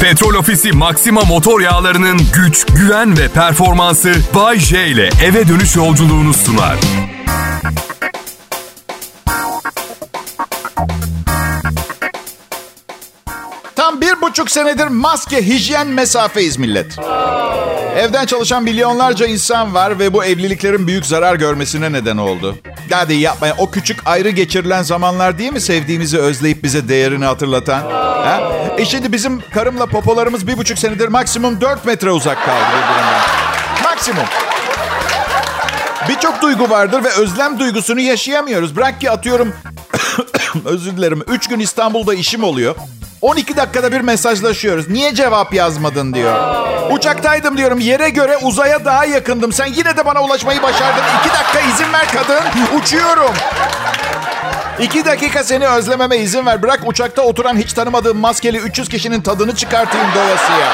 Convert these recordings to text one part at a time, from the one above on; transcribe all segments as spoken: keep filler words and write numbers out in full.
Petrol Ofisi Maxima motor yağlarının güç, güven ve performansı Bay J ile eve dönüş yolculuğunu sunar. Tam bir buçuk senedir maske, hijyen, mesafeyiz millet. Evden çalışan milyonlarca insan var ve bu evliliklerin büyük zarar görmesine neden oldu. Hadi yapmayın. O küçük ayrı geçirilen zamanlar değil mi sevdiğimizi özleyip bize değerini hatırlatan? Ha? E şimdi bizim karımla popolarımız bir buçuk senedir maksimum dört metre uzak kaldı birbirinden. Maksimum. Birçok duygu vardır ve özlem duygusunu yaşayamıyoruz. Bırak ki atıyorum, özür dilerim, üç gün İstanbul'da işim oluyor. on iki dakikada bir mesajlaşıyoruz. Niye cevap yazmadın diyor. Uçaktaydım diyorum. Yere göre uzaya daha yakındım. Sen yine de bana ulaşmayı başardın. iki dakika izin ver kadın. Uçuyorum. iki dakika seni özlememe izin ver. Bırak uçakta oturan hiç tanımadığım maskeli üç yüz kişinin tadını çıkartayım doyasıya.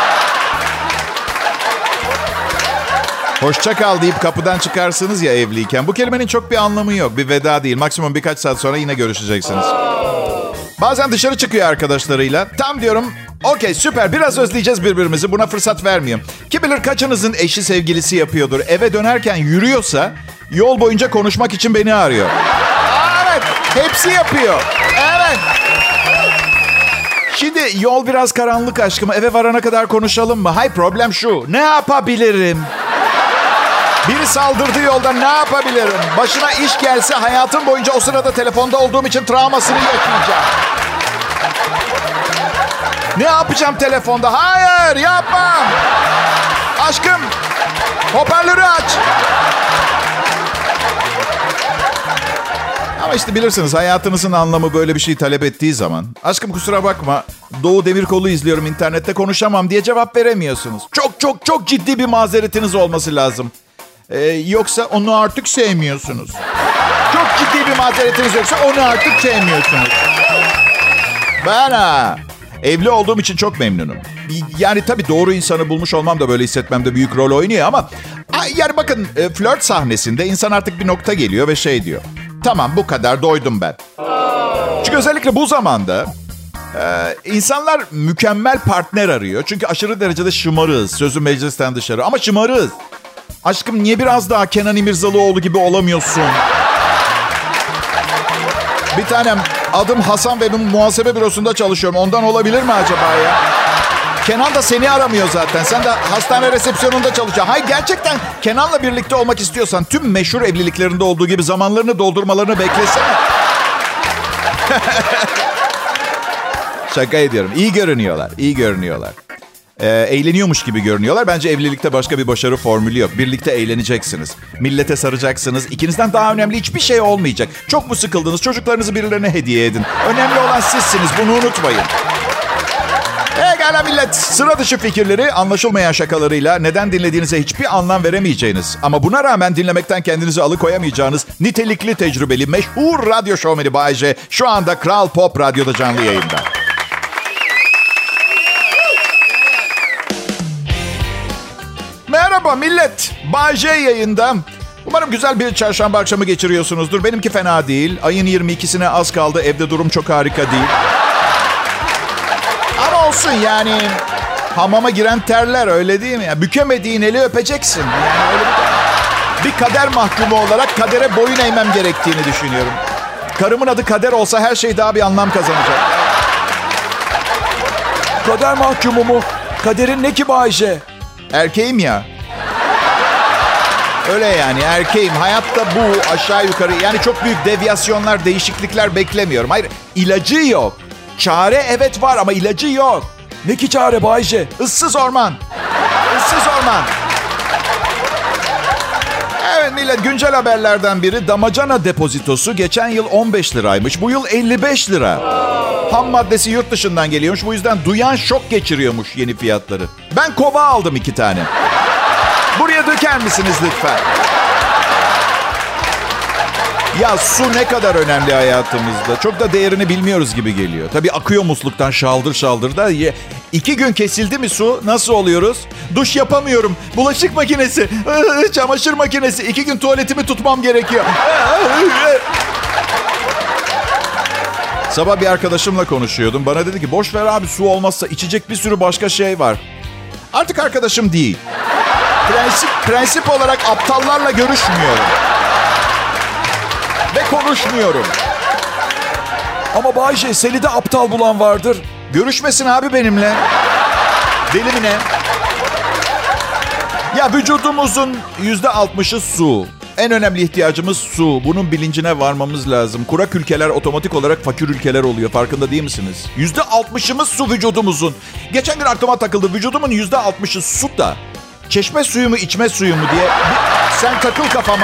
Hoşça kal deyip kapıdan çıkarsınız ya evliyken. Bu kelimenin çok bir anlamı yok. Bir veda değil. Maksimum birkaç saat sonra yine görüşeceksiniz. Bazen dışarı çıkıyor arkadaşlarıyla. Tam diyorum, okey süper, biraz özleyeceğiz birbirimizi, buna fırsat vermiyorum. Kim bilir kaçınızın eşi sevgilisi yapıyordur. Eve dönerken yürüyorsa yol boyunca konuşmak için beni arıyor. Evet, hepsi yapıyor. Evet. Şimdi yol biraz karanlık aşkım, eve varana kadar konuşalım mı? Hayır, problem şu, ne yapabilirim? Biri saldırdı yolda, ne yapabilirim? Başına iş gelse hayatım boyunca o sırada telefonda olduğum için travmasını yaşayacağım. Ne yapacağım telefonda? Hayır, yapmam. Aşkım, hoparlörü aç. Ama işte bilirsiniz, hayatınızın anlamı böyle bir şey talep ettiği zaman, aşkım kusura bakma, Doğu Demirkol'u izliyorum internette, konuşamam diye cevap veremiyorsunuz. Çok çok çok ciddi bir mazeretiniz olması lazım. Ee, yoksa onu artık sevmiyorsunuz. Çok ciddi bir mazeretiniz yoksa onu artık sevmiyorsunuz. Ben ha, evli olduğum için çok memnunum. Yani tabii doğru insanı bulmuş olmam da böyle hissetmemde büyük rol oynuyor ama... Yani bakın, flört sahnesinde insan artık bir nokta geliyor ve şey diyor. Tamam, bu kadar, doydum ben. Çünkü özellikle bu zamanda... Ee, insanlar mükemmel partner arıyor. Çünkü aşırı derecede şımarığız. Sözü meclisten dışarı ama şımarığız. Aşkım niye biraz daha Kenan İmirzalıoğlu gibi olamıyorsun? Bir tanem, adım Hasan ve muhasebe bürosunda çalışıyorum. Ondan olabilir mi acaba ya? Kenan da seni aramıyor zaten. Sen de hastane resepsiyonunda çalışıyorsun. Hayır, gerçekten Kenan'la birlikte olmak istiyorsan tüm meşhur evliliklerinde olduğu gibi zamanlarını doldurmalarını beklesene. Şaka ediyorum. İyi görünüyorlar. İyi görünüyorlar. Ee, eğleniyormuş gibi görünüyorlar. Bence evlilikte başka bir başarı formülü yok. Birlikte eğleneceksiniz. Millete saracaksınız. İkinizden daha önemli hiçbir şey olmayacak. Çok mu sıkıldınız? Çocuklarınızı birilerine hediye edin. Önemli olan sizsiniz. Bunu unutmayın. Egala millet. Sıra dışı fikirleri, anlaşılmayan şakalarıyla neden dinlediğinize hiçbir anlam veremeyeceğiniz ama buna rağmen dinlemekten kendinizi alıkoyamayacağınız nitelikli, tecrübeli, meşhur radyo şovmeni Bay J şu anda Kral Pop Radyo'da canlı yayında. Merhaba millet. Bay J yayında. Umarım güzel bir çarşamba akşamı geçiriyorsunuzdur. Benimki fena değil. Ayın yirmi ikisine az kaldı. Evde durum çok harika değil. Ama olsun yani. Hamama giren terler, öyle değil mi? Yani bükemediğin eli öpeceksin. Yani öyle bir, bir kader mahkumu olarak kadere boyun eğmem gerektiğini düşünüyorum. Karımın adı Kader olsa her şey daha bir anlam kazanacak. Kader mahkumu mu? Kaderin ne ki Bay J? Erkeğim ya. Öyle yani, erkeğim. Hayatta bu aşağı yukarı, yani çok büyük devyasyonlar, değişiklikler beklemiyorum. Hayır, ilacı yok. Çare evet var ama ilacı yok. Ne ki çare Bay J? Issız orman. Issız orman. Evet millet, güncel haberlerden biri, damacana depozitosu geçen yıl on beş liraymış. Bu yıl elli beş lira. Ham maddesi yurt dışından geliyormuş. Bu yüzden duyan şok geçiriyormuş yeni fiyatları. Ben kova aldım iki tane. Buraya döker misiniz lütfen? Ya su ne kadar önemli hayatımızda. Çok da değerini bilmiyoruz gibi geliyor. Tabii akıyor musluktan şaldır şaldır da. İki gün kesildi mi su, nasıl oluyoruz? Duş yapamıyorum. Bulaşık makinesi, çamaşır makinesi. İki gün tuvaletimi tutmam gerekiyor. Sabah bir arkadaşımla konuşuyordum. Bana dedi ki boş ver abi, su olmazsa içecek bir sürü başka şey var. Artık arkadaşım değil. Prensip, prensip olarak aptallarla görüşmüyorum. Ve konuşmuyorum. Ama Bayce, seni de aptal bulan vardır. Görüşmesin abi benimle. Deli mi ne? Ya vücudumuzun yüzde altmışı su. En önemli ihtiyacımız su. Bunun bilincine varmamız lazım. Kurak ülkeler otomatik olarak fakir ülkeler oluyor. Farkında değil misiniz? yüzde altmışımız su vücudumuzun. Geçen gün aklıma takıldı. Vücudumun yüzde altmışı su da. Çeşme suyu mu, içme suyu mu diye. Sen takıl kafama.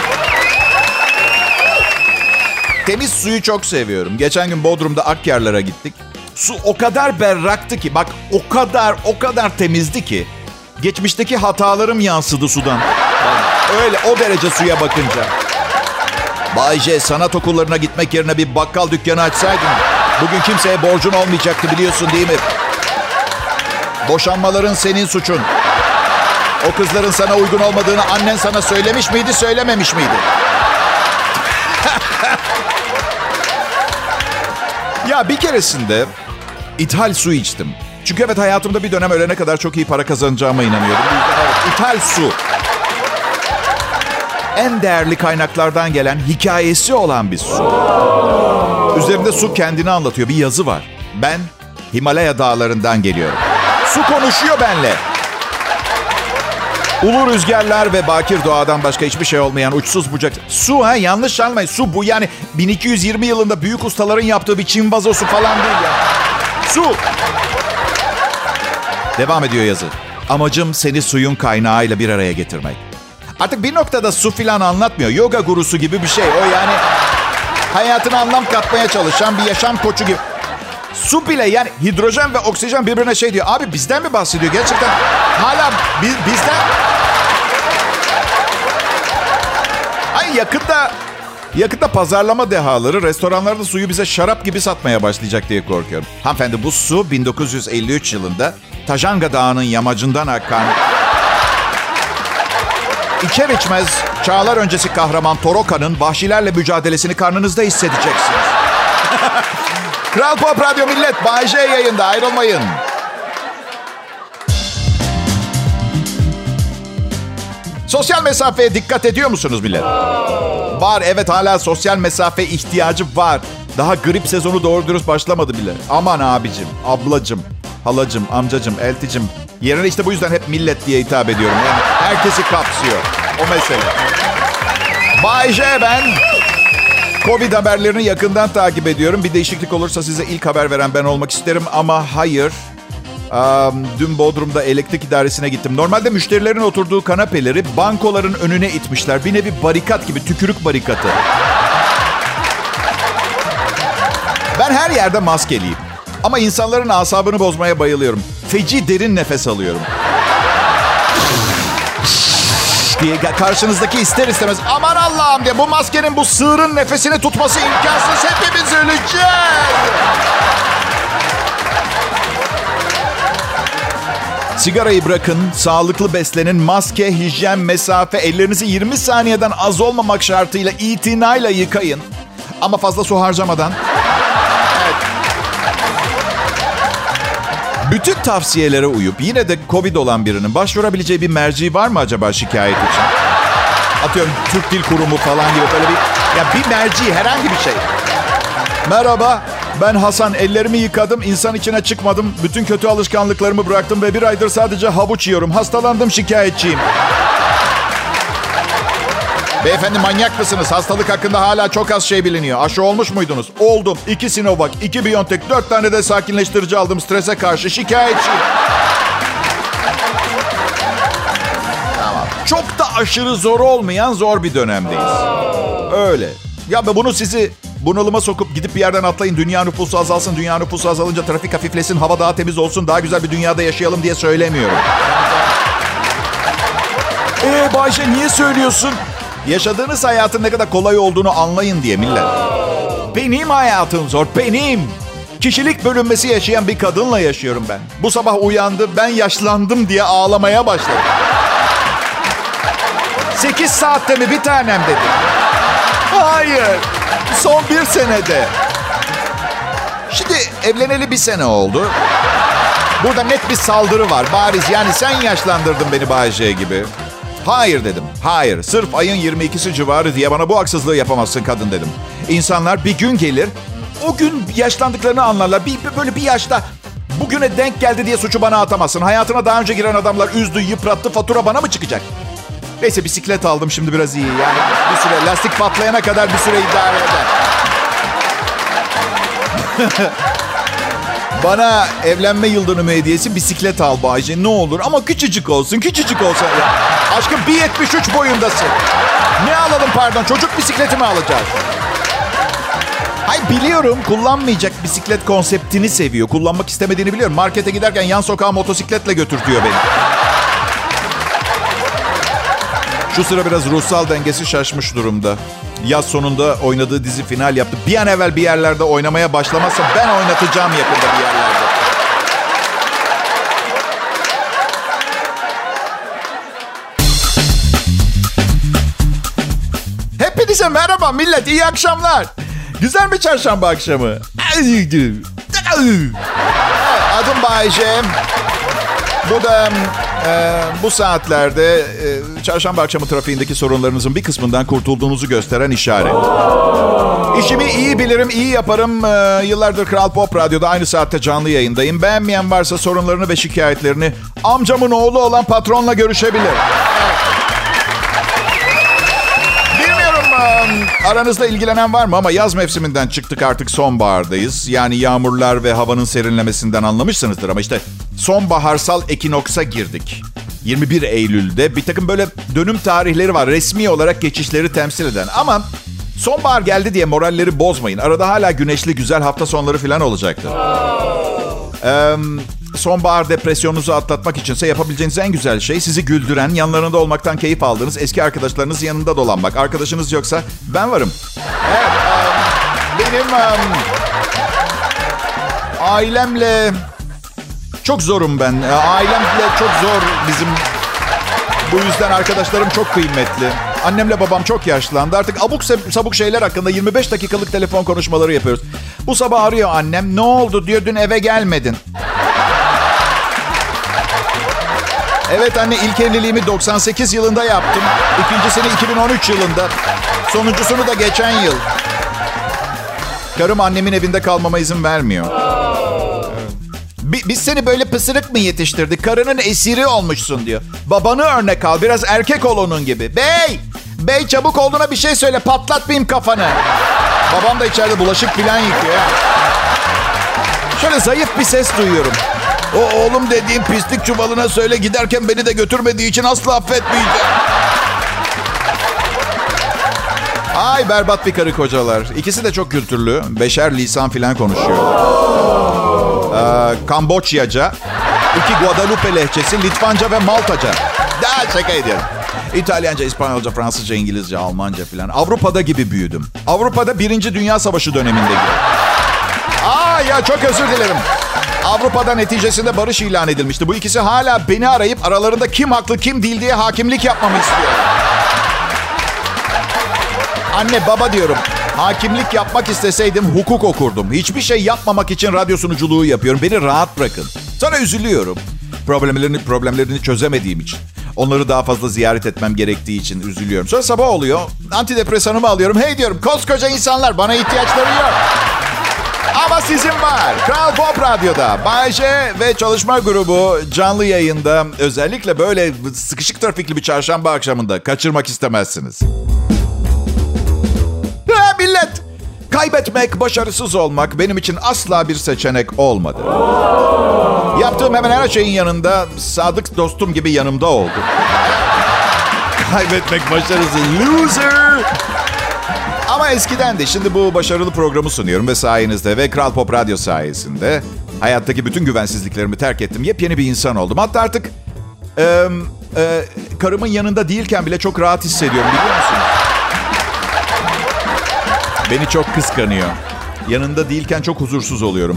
Temiz suyu çok seviyorum. Geçen gün Bodrum'da Akyarlar'a gittik. Su o kadar berraktı ki, bak o kadar o kadar temizdi ki. Geçmişteki hatalarım yansıdı sudan. Öyle, o derece suya bakınca. Bay J, sanat okullarına gitmek yerine bir bakkal dükkanı açsaydın bugün kimseye borcun olmayacaktı, biliyorsun değil mi? Boşanmaların senin suçun. O kızların sana uygun olmadığını annen sana söylemiş miydi, söylememiş miydi? Ya bir keresinde ithal su içtim. Çünkü evet, hayatımda bir dönem ölene kadar çok iyi para kazanacağıma inanıyordum. Evet, ithal su. En değerli kaynaklardan gelen, hikayesi olan bir su. Üzerinde su kendini anlatıyor. Bir yazı var. Ben Himalaya dağlarından geliyorum. Su konuşuyor benle. Ulu rüzgarlar ve bakir doğadan başka hiçbir şey olmayan uçsuz bucak. Su ha, yanlış anlamayın. Su bu yani bin iki yüz yirmi yılında büyük ustaların yaptığı bir Çin vazosu falan değil ya. Su. Devam ediyor yazı. Amacım seni suyun kaynağıyla bir araya getirmek. Artık bir noktada su filan anlatmıyor. Yoga gurusu gibi bir şey. O yani hayatına anlam katmaya çalışan bir yaşam koçu gibi. Su bile, yani hidrojen ve oksijen birbirine şey diyor. Abi bizden mi bahsediyor gerçekten? Hala biz, bizden... Ay yakında... Yakında pazarlama dehaları restoranlarda suyu bize şarap gibi satmaya başlayacak diye korkuyorum. Hanımefendi, bu su bin dokuz yüz elli üç yılında Tajanga Dağı'nın yamacından akan... İçer içmez çağlar öncesi kahraman Toroka'nın vahşilerle mücadelesini karnınızda hissedeceksiniz. Kral Pop Radyo Millet, Bay J yayında, ayrılmayın. Sosyal mesafeye dikkat ediyor musunuz millet? Var, evet, hala sosyal mesafe ihtiyacı var. Daha grip sezonu doğru dürüst başlamadı bile. Aman abicim, ablacım, halacım, amcacım, elticim. Yerine işte bu yüzden hep millet diye hitap ediyorum. Yani herkesi kapsıyor. O mesele. Bay J ben. Covid haberlerini yakından takip ediyorum. Bir değişiklik olursa size ilk haber veren ben olmak isterim. Ama hayır. Um, dün Bodrum'da elektrik idaresine gittim. Normalde müşterilerin oturduğu kanapeleri bankoların önüne itmişler. Bir nevi barikat gibi, tükürük barikatı. Ben her yerde maskeliyim. Ama insanların asabını bozmaya bayılıyorum. Feci derin nefes alıyorum. diye karşınızdaki ister istemez aman Allah'ım diye bu maskenin, bu sığırın nefesini tutması imkansız, hepimiz öleceğiz. Sigarayı bırakın, sağlıklı beslenin, maske, hijyen, mesafe, ellerinizi yirmi saniyeden az olmamak şartıyla itinayla yıkayın. Ama fazla su harcamadan. Evet. Bütün tavsiyelere uyup yine de Covid olan birinin başvurabileceği bir merci var mı acaba şikayet için? Atıyorum Türk Dil Kurumu falan gibi böyle bir, ya bir merci, herhangi bir şey. Merhaba, ben Hasan, ellerimi yıkadım, insan içine çıkmadım, bütün kötü alışkanlıklarımı bıraktım ve bir aydır sadece havuç yiyorum. Hastalandım, şikayetçiyim. Beyefendi manyak mısınız? Hastalık hakkında hala çok az şey biliniyor. Aşı olmuş muydunuz? Oldum. İki Sinovac, iki Biontech, dört tane de sakinleştirici aldım strese karşı. Şikayetçiyim. Tamam. Çok da aşırı zor olmayan zor bir dönemdeyiz. Öyle. Ya ben bunu sizi bunalıma sokup gidip bir yerden atlayın, dünya nüfusu azalsın, dünya nüfusu azalınca trafik hafiflesin, hava daha temiz olsun, daha güzel bir dünyada yaşayalım diye söylemiyorum. Eee Bayşe niye söylüyorsun? Yaşadığınız hayatın ne kadar kolay olduğunu anlayın diye millet. Benim hayatım zor, benim. Kişilik bölünmesi yaşayan bir kadınla yaşıyorum ben. Bu sabah uyandı, ben yaşlandım diye ağlamaya başladı. Sekiz saatte mi bir tanem dedi. Hayır, son bir senede. evleneli bir sene oldu. Burada net bir saldırı var. Bariz, yani sen yaşlandırdın beni Bay J gibi. Hayır dedim. Hayır. Sırf ayın yirmi ikisi civarı diye bana bu haksızlığı yapamazsın kadın dedim. İnsanlar bir gün gelir, o gün yaşlandıklarını anlarlar. Bir, böyle bir yaşta bugüne denk geldi diye suçu bana atamazsın. Hayatına daha önce giren adamlar üzdü, yıprattı, fatura bana mı çıkacak? Neyse, bisiklet aldım, şimdi biraz iyi. Yani bir süre, lastik patlayana kadar bir süre idare eder. Bana evlenme yıl dönümü hediyesi bisiklet al Bayce, ne olur. Ama küçücük olsun, küçücük olsa. Ya. Aşkım bir yetmiş üç boyundasın. Ne alalım pardon, çocuk bisikleti mi alacağız? Hayır, biliyorum kullanmayacak bisiklet konseptini seviyor. Kullanmak istemediğini biliyorum. Markete giderken yan sokağa motosikletle götürtüyor beni. Şu sıra biraz ruhsal dengesi şaşmış durumda. Yaz sonunda oynadığı dizi final yaptı. Bir an evvel bir yerlerde oynamaya başlamazsa ben oynatacağım yakında bir yerlerde. Hepinize merhaba millet, iyi akşamlar. Güzel bir çarşamba akşamı. Adım Bay J. Bu da e, bu saatlerde e, çarşamba akşamı trafiğindeki sorunlarınızın bir kısmından kurtulduğunuzu gösteren işaret. İşimi iyi bilirim, iyi yaparım. E, yıllardır Kral Pop Radyo'da aynı saatte canlı yayındayım. Beğenmeyen varsa sorunlarını ve şikayetlerini amcamın oğlu olan patronla görüşebilir. Aranızda ilgilenen var mı ama yaz mevsiminden çıktık, artık sonbahardayız. Yani yağmurlar ve havanın serinlemesinden anlamışsınızdır ama işte sonbaharsal ekinoksa girdik. yirmi bir Eylül'de bir takım böyle dönüm tarihleri var, resmi olarak geçişleri temsil eden. Ama sonbahar geldi diye moralleri bozmayın. Arada hala güneşli güzel hafta sonları falan olacaktır. Ee, sonbahar depresyonunuzu atlatmak içinse yapabileceğiniz en güzel şey sizi güldüren, yanlarında olmaktan keyif aldığınız eski arkadaşlarınız yanında dolanmak. Arkadaşınız yoksa ben varım. Evet, um, benim um, ailemle çok zorum ben. Ailemle çok zor bizim. Bu yüzden arkadaşlarım çok kıymetli. Annemle babam çok yaşlandı. Artık abuk sabuk şeyler hakkında yirmi beş dakikalık telefon konuşmaları yapıyoruz. Bu sabah arıyor annem. Ne oldu diyor, dün eve gelmedin. Evet anne, ilk evliliğimi doksan sekiz yılında yaptım. İkincisini iki bin on üç yılında. Sonuncusunu da geçen yıl. Karım annemin evinde kalmama izin vermiyor. Biz seni böyle pısırık mı yetiştirdik? Karının esiri olmuşsun diyor. Babanı örnek al, biraz erkek ol onun gibi. Bey! Bey çabuk olduğuna bir şey söyle, patlatmayayım kafanı. Babam da içeride bulaşık falan yıkıyor. Şöyle zayıf bir ses duyuyorum. O oğlum dediğim pislik çuvalına söyle, giderken beni de götürmediği için asla affetmeyeceğim. Ay berbat bir karı kocalar. İkisi de çok kültürlü. Beşer lisan falan konuşuyorlar. Ee, Kamboçyaca, iki Guadalupe lehçesi, Litvanca ve Maltaca. Daha şaka ediyorum. İtalyanca, İspanyolca, Fransızca, İngilizce, Almanca falan. Avrupa'da gibi büyüdüm. Avrupa'da Birinci Dünya Savaşı döneminde gibi. Aa ya, çok özür dilerim. Avrupa'da neticesinde barış ilan edilmişti. Bu ikisi hala beni arayıp aralarında kim haklı kim değil diye hakimlik yapmamı istiyor. Anne baba diyorum. Hakimlik yapmak isteseydim hukuk okurdum. Hiçbir şey yapmamak için radyo sunuculuğu yapıyorum. Beni rahat bırakın. Sonra üzülüyorum. Problemlerini, problemlerini çözemediğim için. Onları daha fazla ziyaret etmem gerektiği için üzülüyorum. Sonra sabah oluyor. Antidepresanımı alıyorum. Hey diyorum, koskoca insanlar, bana ihtiyaçları yok. Ama sizin var. Kral Pop Radyo'da Bay J ve çalışma grubu canlı yayında. Özellikle böyle sıkışık trafikli bir çarşamba akşamında kaçırmak istemezsiniz. Ha millet! Kaybetmek, başarısız olmak benim için asla bir seçenek olmadı. Yaptığım hemen her şeyin yanında sadık dostum gibi yanımda oldu. Kaybetmek, başarısız, loser! Ama eskiden de, şimdi bu başarılı programı sunuyorum ve sayenizde ve Kral Pop Radyo sayesinde hayattaki bütün güvensizliklerimi terk ettim. Yepyeni bir insan oldum. Hatta artık e, e, karımın yanında değilken bile çok rahat hissediyorum, biliyor musun? Beni çok kıskanıyor. Yanında değilken çok huzursuz oluyorum.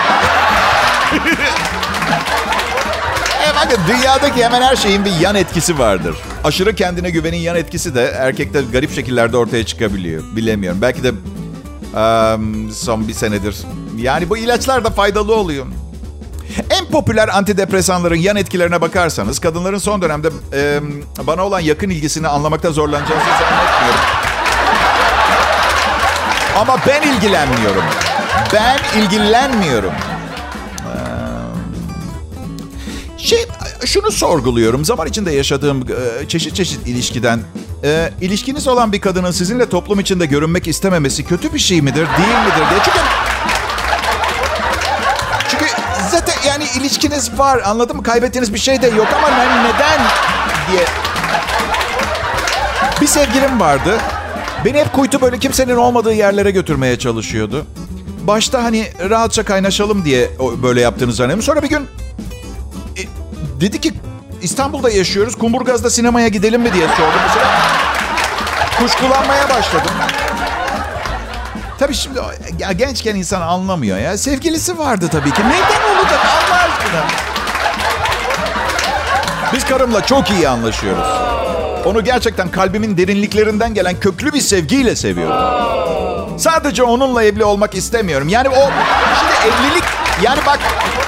Evet, bakın dünyadaki hemen her şeyin bir yan etkisi vardır. Aşırı kendine güvenin yan etkisi de erkekte garip şekillerde ortaya çıkabiliyor. Bilemiyorum. Belki de um, son bir senedir Yani bu ilaçlar da faydalı oluyor. En popüler antidepresanların yan etkilerine bakarsanız kadınların son dönemde e, bana olan yakın ilgisini anlamakta zorlanacağınızı zannetmiyorum. Ama ben ilgilenmiyorum. Ben ilgilenmiyorum. Şey, şunu sorguluyorum. Zaman içinde yaşadığım e, çeşit çeşit ilişkiden e, ilişkiniz olan bir kadının sizinle toplum içinde görünmek istememesi kötü bir şey midir, değil midir diye. Çünkü çünkü zaten yani ilişkiniz var, anladın mı? Kaybettiğiniz bir şey de yok ama neden diye. Bir sevgilim vardı. Beni hep kuytu böyle kimsenin olmadığı yerlere götürmeye çalışıyordu. Başta hani rahatça kaynaşalım diye böyle yaptığını zannediyorum. Sonra bir gün e, dedi ki İstanbul'da yaşıyoruz. Kumburgaz'da sinemaya gidelim mi diye sordu. Mesela kuşkulanmaya başladım. Tabii şimdi ya, gençken insan anlamıyor ya. Sevgilisi vardı tabii ki. Neden olacak Allah aşkına? Biz karımla çok iyi anlaşıyoruz. Onu gerçekten kalbimin derinliklerinden gelen köklü bir sevgiyle seviyorum. Sadece onunla evli olmak istemiyorum. Yani o şimdi evlilik yani bak.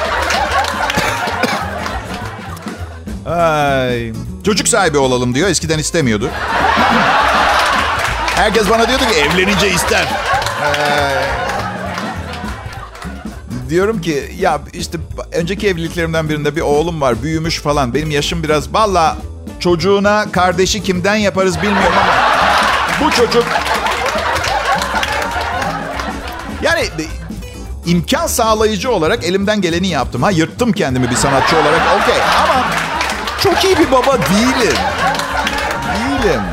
Ay, çocuk sahibi olalım diyor. Eskiden istemiyordu. Herkes bana diyordu ki evlenince ister. Ee, diyorum ki ya işte önceki evliliklerimden birinde bir oğlum var. Büyümüş falan. Benim yaşım biraz valla çocuğuna kardeşi kimden yaparız bilmiyorum ama bu çocuk yani imkan sağlayıcı olarak elimden geleni yaptım. Ha yırttım kendimi bir sanatçı olarak okey ama çok iyi bir baba değilim. Değilim.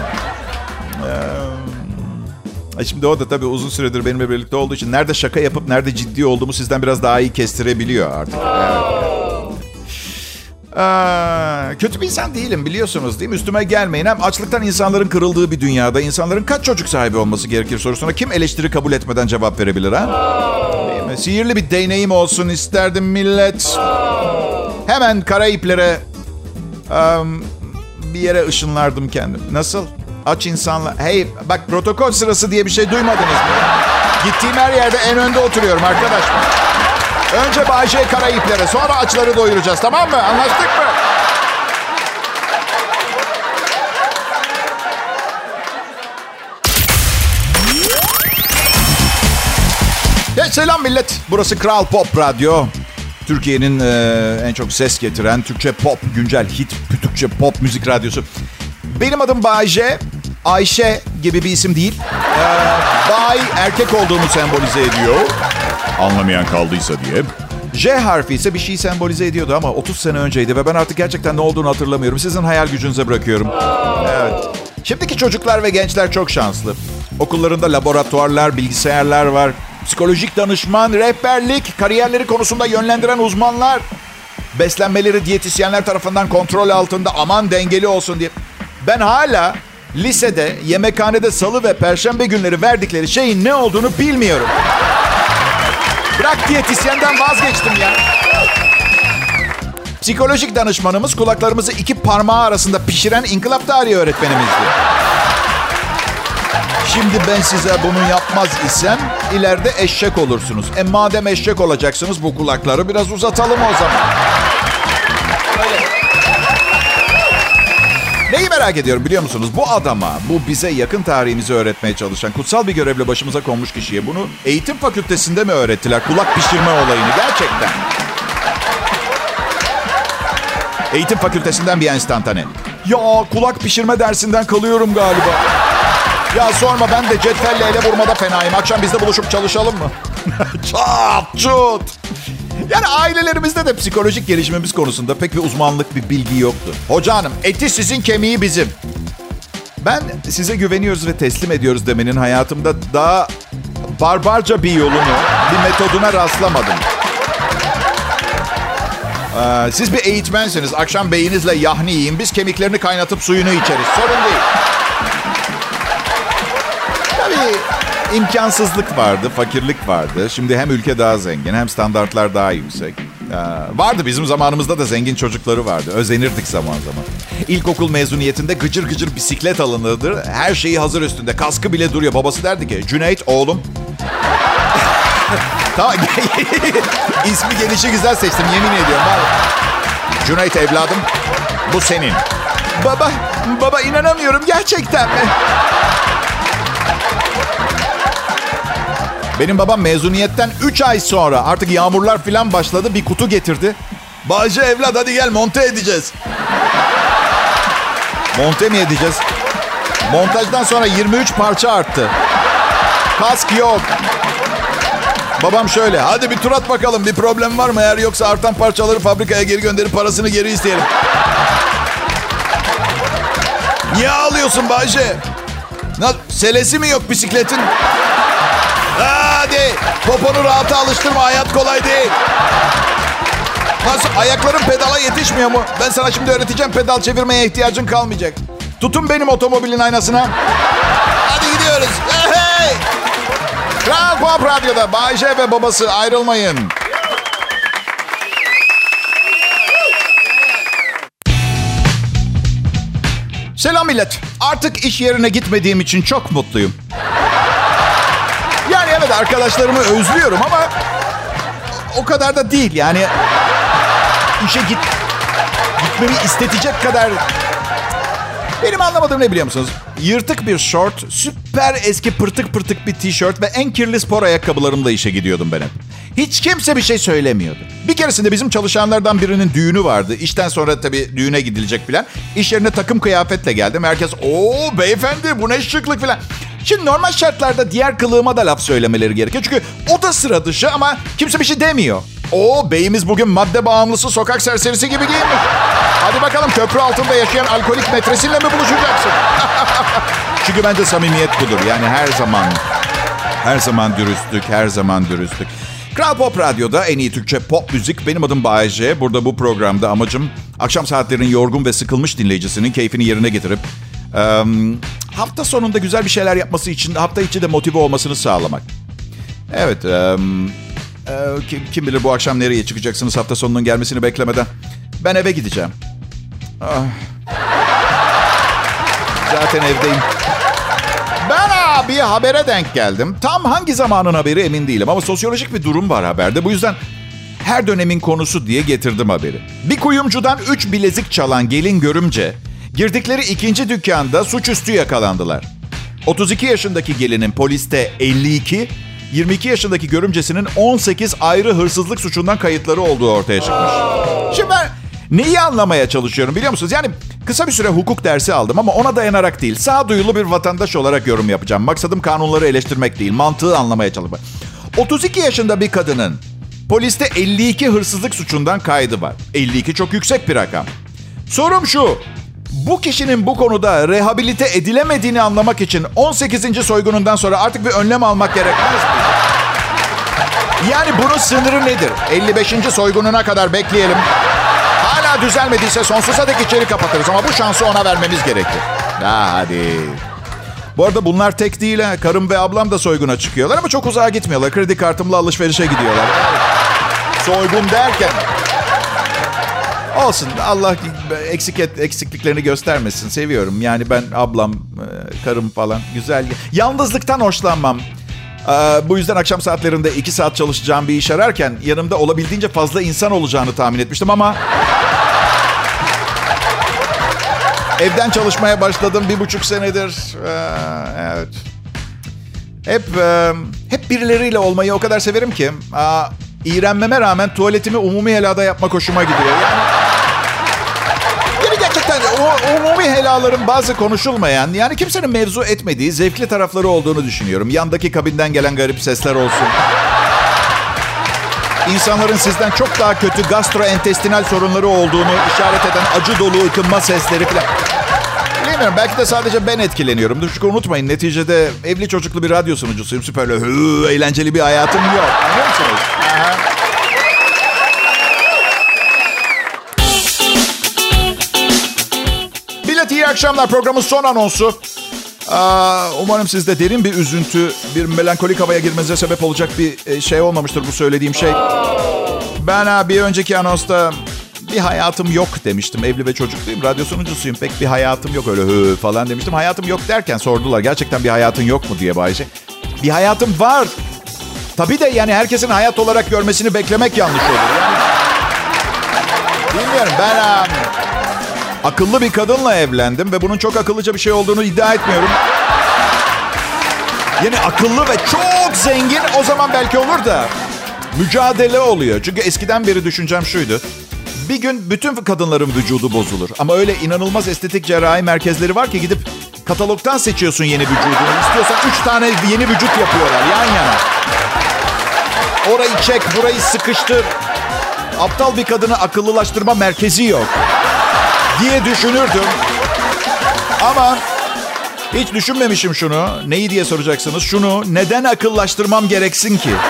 Ee, şimdi o da tabii uzun süredir benimle birlikte olduğu için nerede şaka yapıp nerede ciddi olduğumu sizden biraz daha iyi kestirebiliyor artık. Evet. Ee, kötü bir insan değilim biliyorsunuz değil mi? Üstüme gelmeyin. Hem açlıktan insanların kırıldığı bir dünyada insanların kaç çocuk sahibi olması gerekir sorusuna kim eleştiri kabul etmeden cevap verebilir ha? Değil mi? Sihirli bir deneyim olsun isterdim millet. Hemen Karayiplere um, bir yere ışınlardım kendim. Nasıl? Aç insanlar. Hey bak protokol sırası diye bir şey duymadınız mı? Gittiğim her yerde en önde oturuyorum arkadaşlar. Önce Bay J Karayiplere, sonra açları doyuracağız, tamam mı? Anlaştık mı? Hey, selam millet. Burası Kral Pop Radyo. Türkiye'nin e, en çok ses getiren Türkçe pop, güncel hit, Türkçe pop müzik radyosu. Benim adım Bay J. Ayşe gibi bir isim değil. Ee, Bay erkek olduğumu sembolize ediyor. Anlamayan kaldıysa diye. J harfi ise bir şeyi sembolize ediyordu ama otuz sene önceydi ve ben artık gerçekten ne olduğunu hatırlamıyorum. Sizin hayal gücünüze bırakıyorum. Evet. Şimdiki çocuklar ve gençler çok şanslı. Okullarında laboratuvarlar, bilgisayarlar var. Psikolojik danışman, rehberlik, kariyerleri konusunda yönlendiren uzmanlar. Beslenmeleri diyetisyenler tarafından kontrol altında, aman dengeli olsun diye. Ben hala lisede, yemekhanede salı ve perşembe günleri verdikleri şeyin ne olduğunu bilmiyorum. Bırak diyetisyenden vazgeçtim ya. Psikolojik danışmanımız kulaklarımızı iki parmağı arasında pişiren inkılap tarihi öğretmenimizdi. Şimdi ben size bunu yapmaz isem ileride eşek olursunuz. E madem eşek olacaksınız bu kulakları biraz uzatalım o zaman. Öyle. Neyi merak ediyorum biliyor musunuz? Bu adama, bu bize yakın tarihimizi öğretmeye çalışan kutsal bir görevle başımıza konmuş kişiye bunu eğitim fakültesinde mi öğrettiler? Kulak pişirme olayını gerçekten. Eğitim fakültesinden bir enstantane. Ya kulak pişirme dersinden kalıyorum galiba. Ya sorma ben de cetvelle ele vurmada fenayım. Akşam bizde buluşup çalışalım mı? Çat çut. Yani ailelerimizde de psikolojik gelişimimiz konusunda pek bir uzmanlık, bir bilgi yoktu. Hoca hanım, eti sizin, kemiği bizim. Ben size güveniyoruz ve teslim ediyoruz demenin hayatımda daha barbarca bir yolunu, bir metoduna rastlamadım. Ee, siz bir eğitmensiniz. Akşam beyinizle yahni yiyin. Biz kemiklerini kaynatıp suyunu içeriz. Sorun değil. Tabii imkansızlık vardı, fakirlik vardı. Şimdi hem ülke daha zengin hem standartlar daha yüksek. Ee, vardı bizim zamanımızda da zengin çocukları vardı. Özenirdik zaman zaman. İlkokul mezuniyetinde gıcır gıcır bisiklet alınırdı. Her şeyi hazır üstünde. Kaskı bile duruyor. Babası derdi ki Cüneyt oğlum Tamam. İsmi gelişi güzel seçtim, yemin ediyorum. Cüneyt evladım, bu senin. Baba, baba inanamıyorum, gerçekten mi? Benim babam mezuniyetten üç ay sonra, artık yağmurlar falan başladı, bir kutu getirdi. Bahçe evlat, hadi gel monte edeceğiz. Monte mi edeceğiz? Montajdan sonra yirmi üç parça arttı. Kask yok. Babam şöyle, hadi bir tur at bakalım, bir problem var mı? Eğer yoksa artan parçaları fabrikaya geri gönderip parasını geri isteyelim. Niye ağlıyorsun Bahçe? Selesi mi yok bisikletin? Hadi poponu rahata alıştırma, hayat kolay değil. Nasıl, ayakların pedala yetişmiyor mu? Ben sana şimdi öğreteceğim, pedal çevirmeye ihtiyacın kalmayacak. Tutun benim otomobilin aynasına. Hadi gidiyoruz. Hey! Kral Pop Radyo'da Bay J ve babası, ayrılmayın. Selam millet. Artık iş yerine gitmediğim için çok mutluyum. Yani evet, arkadaşlarımı özlüyorum ama o kadar da değil. Yani işe git, gitmemi istetecek kadar... Benim anlamadığım ne biliyor musunuz? Yırtık bir şort, süper eski pırtık pırtık bir tişört ve en kirli spor ayakkabılarımla işe gidiyordum ben hep. Hiç kimse bir şey söylemiyordu. Bir keresinde bizim çalışanlardan birinin düğünü vardı. İşten sonra tabii düğüne gidilecek falan. İş yerine takım kıyafetle geldim. Herkes, ooo beyefendi bu ne şıklık falan. Şimdi normal şartlarda diğer kılığıma da laf söylemeleri gerekiyor. Çünkü o da sıra dışı ama kimse bir şey demiyor. Oo, beyimiz bugün madde bağımlısı sokak serserisi gibi giyinmiş. Hadi bakalım, köprü altında yaşayan alkolik metresinle mi buluşacaksın? Çünkü bence samimiyet budur. Yani her zaman, her zaman dürüstlük, her zaman dürüstlük. Kral Pop Radyo'da en iyi Türkçe pop müzik. Benim adım Bay J. Burada bu programda amacım akşam saatlerinin yorgun ve sıkılmış dinleyicisinin keyfini yerine getirip... E, hafta sonunda güzel bir şeyler yapması için hafta içi de motive olmasını sağlamak. Evet, e, e, kim, kim bilir bu akşam nereye çıkacaksınız hafta sonunun gelmesini beklemeden. Ben eve gideceğim. Ah. Zaten evdeyim. Ben abi habere denk geldim. Tam hangi zamanın haberi emin değilim ama sosyolojik bir durum var haberde. Bu yüzden her dönemin konusu diye getirdim haberi. Bir kuyumcudan üç bilezik çalan gelin görümce girdikleri ikinci dükkanda suçüstü yakalandılar. otuz iki yaşındaki gelinin poliste elli iki, yirmi iki yaşındaki görümcesinin on sekiz ayrı hırsızlık suçundan kayıtları olduğu ortaya çıkmış. Şimdi ben neyi anlamaya çalışıyorum biliyor musunuz? Yani kısa bir süre hukuk dersi aldım ama ona dayanarak değil, sağduyulu bir vatandaş olarak yorum yapacağım. Maksadım kanunları eleştirmek değil, mantığı anlamaya çalışmak. otuz iki yaşında bir kadının poliste elli iki hırsızlık suçundan kaydı var. elli iki çok yüksek bir rakam. Sorum şu: bu kişinin bu konuda rehabilite edilemediğini anlamak için on sekizinci soygunundan sonra artık bir önlem almak gerekmez mi? Yani bunun sınırı nedir? elli beşinci soygununa kadar bekleyelim. Hala düzelmediyse sonsuza dek içeri kapatırız ama bu şansı ona vermemiz gerekir. Ya hadi. Bu arada bunlar tek değil ha. Karım ve ablam da soyguna çıkıyorlar ama çok uzağa gitmiyorlar. Kredi kartımla alışverişe gidiyorlar. Soygun derken... Olsun, Allah eksik et, eksikliklerini göstermesin. Seviyorum. Yani ben ablam, karım falan güzel. Yalnızlıktan hoşlanmam. Bu yüzden akşam saatlerinde iki saat çalışacağım bir iş ararken yanımda olabildiğince fazla insan olacağını tahmin etmiştim ama... Evden çalışmaya başladım bir buçuk senedir. Evet. Hep hep birileriyle olmayı o kadar severim ki... İğrenmeme rağmen tuvaletimi umumi helada yapmak hoşuma gidiyor. Yani, yani gerçekten o umumi helaların bazı konuşulmayan, yani kimsenin mevzu etmediği zevkli tarafları olduğunu düşünüyorum. Yandaki kabinden gelen garip sesler olsun. İnsanların sizden çok daha kötü gastrointestinal sorunları olduğunu işaret eden acı dolu ıkınma sesleri falan. Bilmiyorum, belki de sadece ben etkileniyorum. Çünkü unutmayın, neticede evli çocuklu bir radyo sunucusuyum. Süper hı, eğlenceli bir hayatım yok. Anlıyor musunuz? Aha. Millet, iyi akşamlar. Programın son anonsu. Aa, umarım sizde derin bir üzüntü, bir melankolik havaya girmenize sebep olacak bir şey olmamıştır bu söylediğim şey. Ben bir önceki anonsta bir hayatım yok demiştim. Evli ve çocukluyum. Radyo sunucusuyum. Pek bir hayatım yok, öyle hı falan demiştim. Hayatım yok derken sordular, gerçekten bir hayatın yok mu diye Bayce. Bir hayatım var. Tabii de yani herkesin hayat olarak görmesini beklemek yanlış olur. Yani, bilmiyorum ben um, akıllı bir kadınla evlendim ve bunun çok akıllıca bir şey olduğunu iddia etmiyorum. Yani akıllı ve çok zengin o zaman belki olur da mücadele oluyor. Çünkü eskiden beri düşüncem şuydu. Bir gün bütün kadınların vücudu bozulur. Ama öyle inanılmaz estetik cerrahi merkezleri var ki gidip katalogdan seçiyorsun yeni vücudunu. İstiyorsan üç tane yeni vücut yapıyorlar yan yana. Orayı çek, burayı sıkıştır. Aptal bir kadını akıllılaştırma merkezi yok diye düşünürdüm. Ama hiç düşünmemişim şunu. Neyi diye soracaksınız? Şunu, neden akıllaştırmam gereksin ki?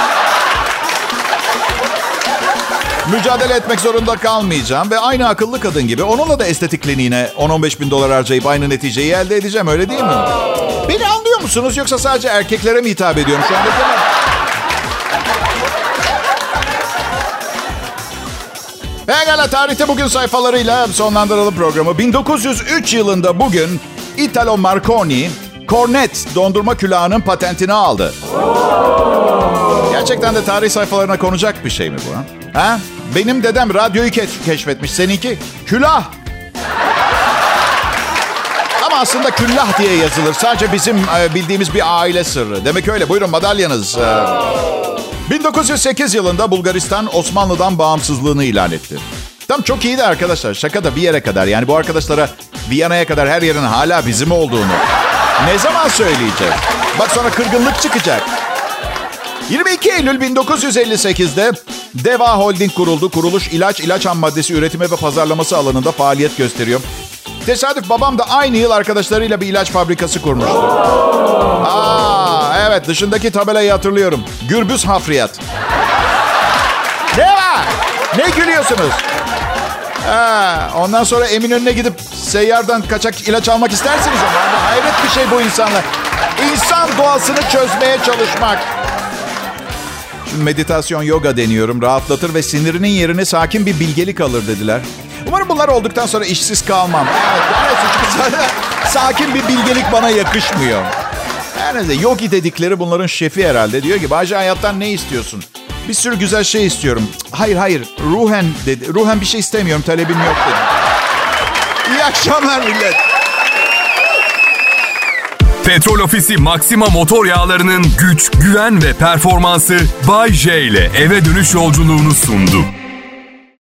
Mücadele etmek zorunda kalmayacağım ve aynı akıllı kadın gibi onunla da estetik kliniğine on on beş bin dolar harcayıp aynı neticeyi elde edeceğim, öyle değil mi? Beni anlıyor musunuz yoksa sadece erkeklere mi hitap ediyorum şu anda? Pekala, tarihte bugün sayfalarıyla sonlandıralım programı. bin dokuz yüz üç yılında bugün Italo Marconi Cornet dondurma külahının patentini aldı. Gerçekten de tarih sayfalarına konacak bir şey mi bu? Ha? ha? Benim dedem radyoyu keş- keşfetmiş. Seninki külah. Ama aslında küllah diye yazılır. Sadece bizim e, bildiğimiz bir aile sırrı. Demek öyle. Buyurun madalyanız. E, bin dokuz yüz sekiz yılında Bulgaristan Osmanlı'dan bağımsızlığını ilan etti. Tam çok iyiydi arkadaşlar. Şaka da bir yere kadar. Yani bu arkadaşlara Viyana'ya kadar her yerin hala bizim olduğunu ne zaman söyleyeceğiz? Bak sonra kırgınlık çıkacak. yirmi iki Eylül bin dokuz yüz elli sekizde Deva Holding kuruldu. Kuruluş ilaç, ilaç ham maddesi üretimi ve pazarlaması alanında faaliyet gösteriyor. Tesadüf babam da aynı yıl arkadaşlarıyla bir ilaç fabrikası kurmuştu. Aa, evet, dışındaki tabelayı hatırlıyorum. Gürbüz Hafriyat. Ne var? Ne gülüyorsunuz? Ha, ondan sonra Eminönü'ne gidip seyyardan kaçak ilaç almak istersiniz ama. Hayret bir şey bu insanlar. İnsan doğasını çözmeye çalışmak. Şimdi meditasyon, yoga deniyorum. Rahatlatır ve sinirinin yerine sakin bir bilgelik alır dediler. Umarım bunlar olduktan sonra işsiz kalmam. Evet, evet, çünkü sakin bir bilgelik bana yakışmıyor. Her neyse, yogi dedikleri bunların şefi herhalde. Diyor ki, Bayce hayattan ne istiyorsun? Bir sürü güzel şey istiyorum. Hayır hayır, ruhen dedi. Ruhen bir şey istemiyorum, talebim yok dedi. İyi akşamlar millet. Petrol Ofisi Maxima motor yağlarının güç, güven ve performansı Bay J ile eve dönüş yolculuğunu sundu.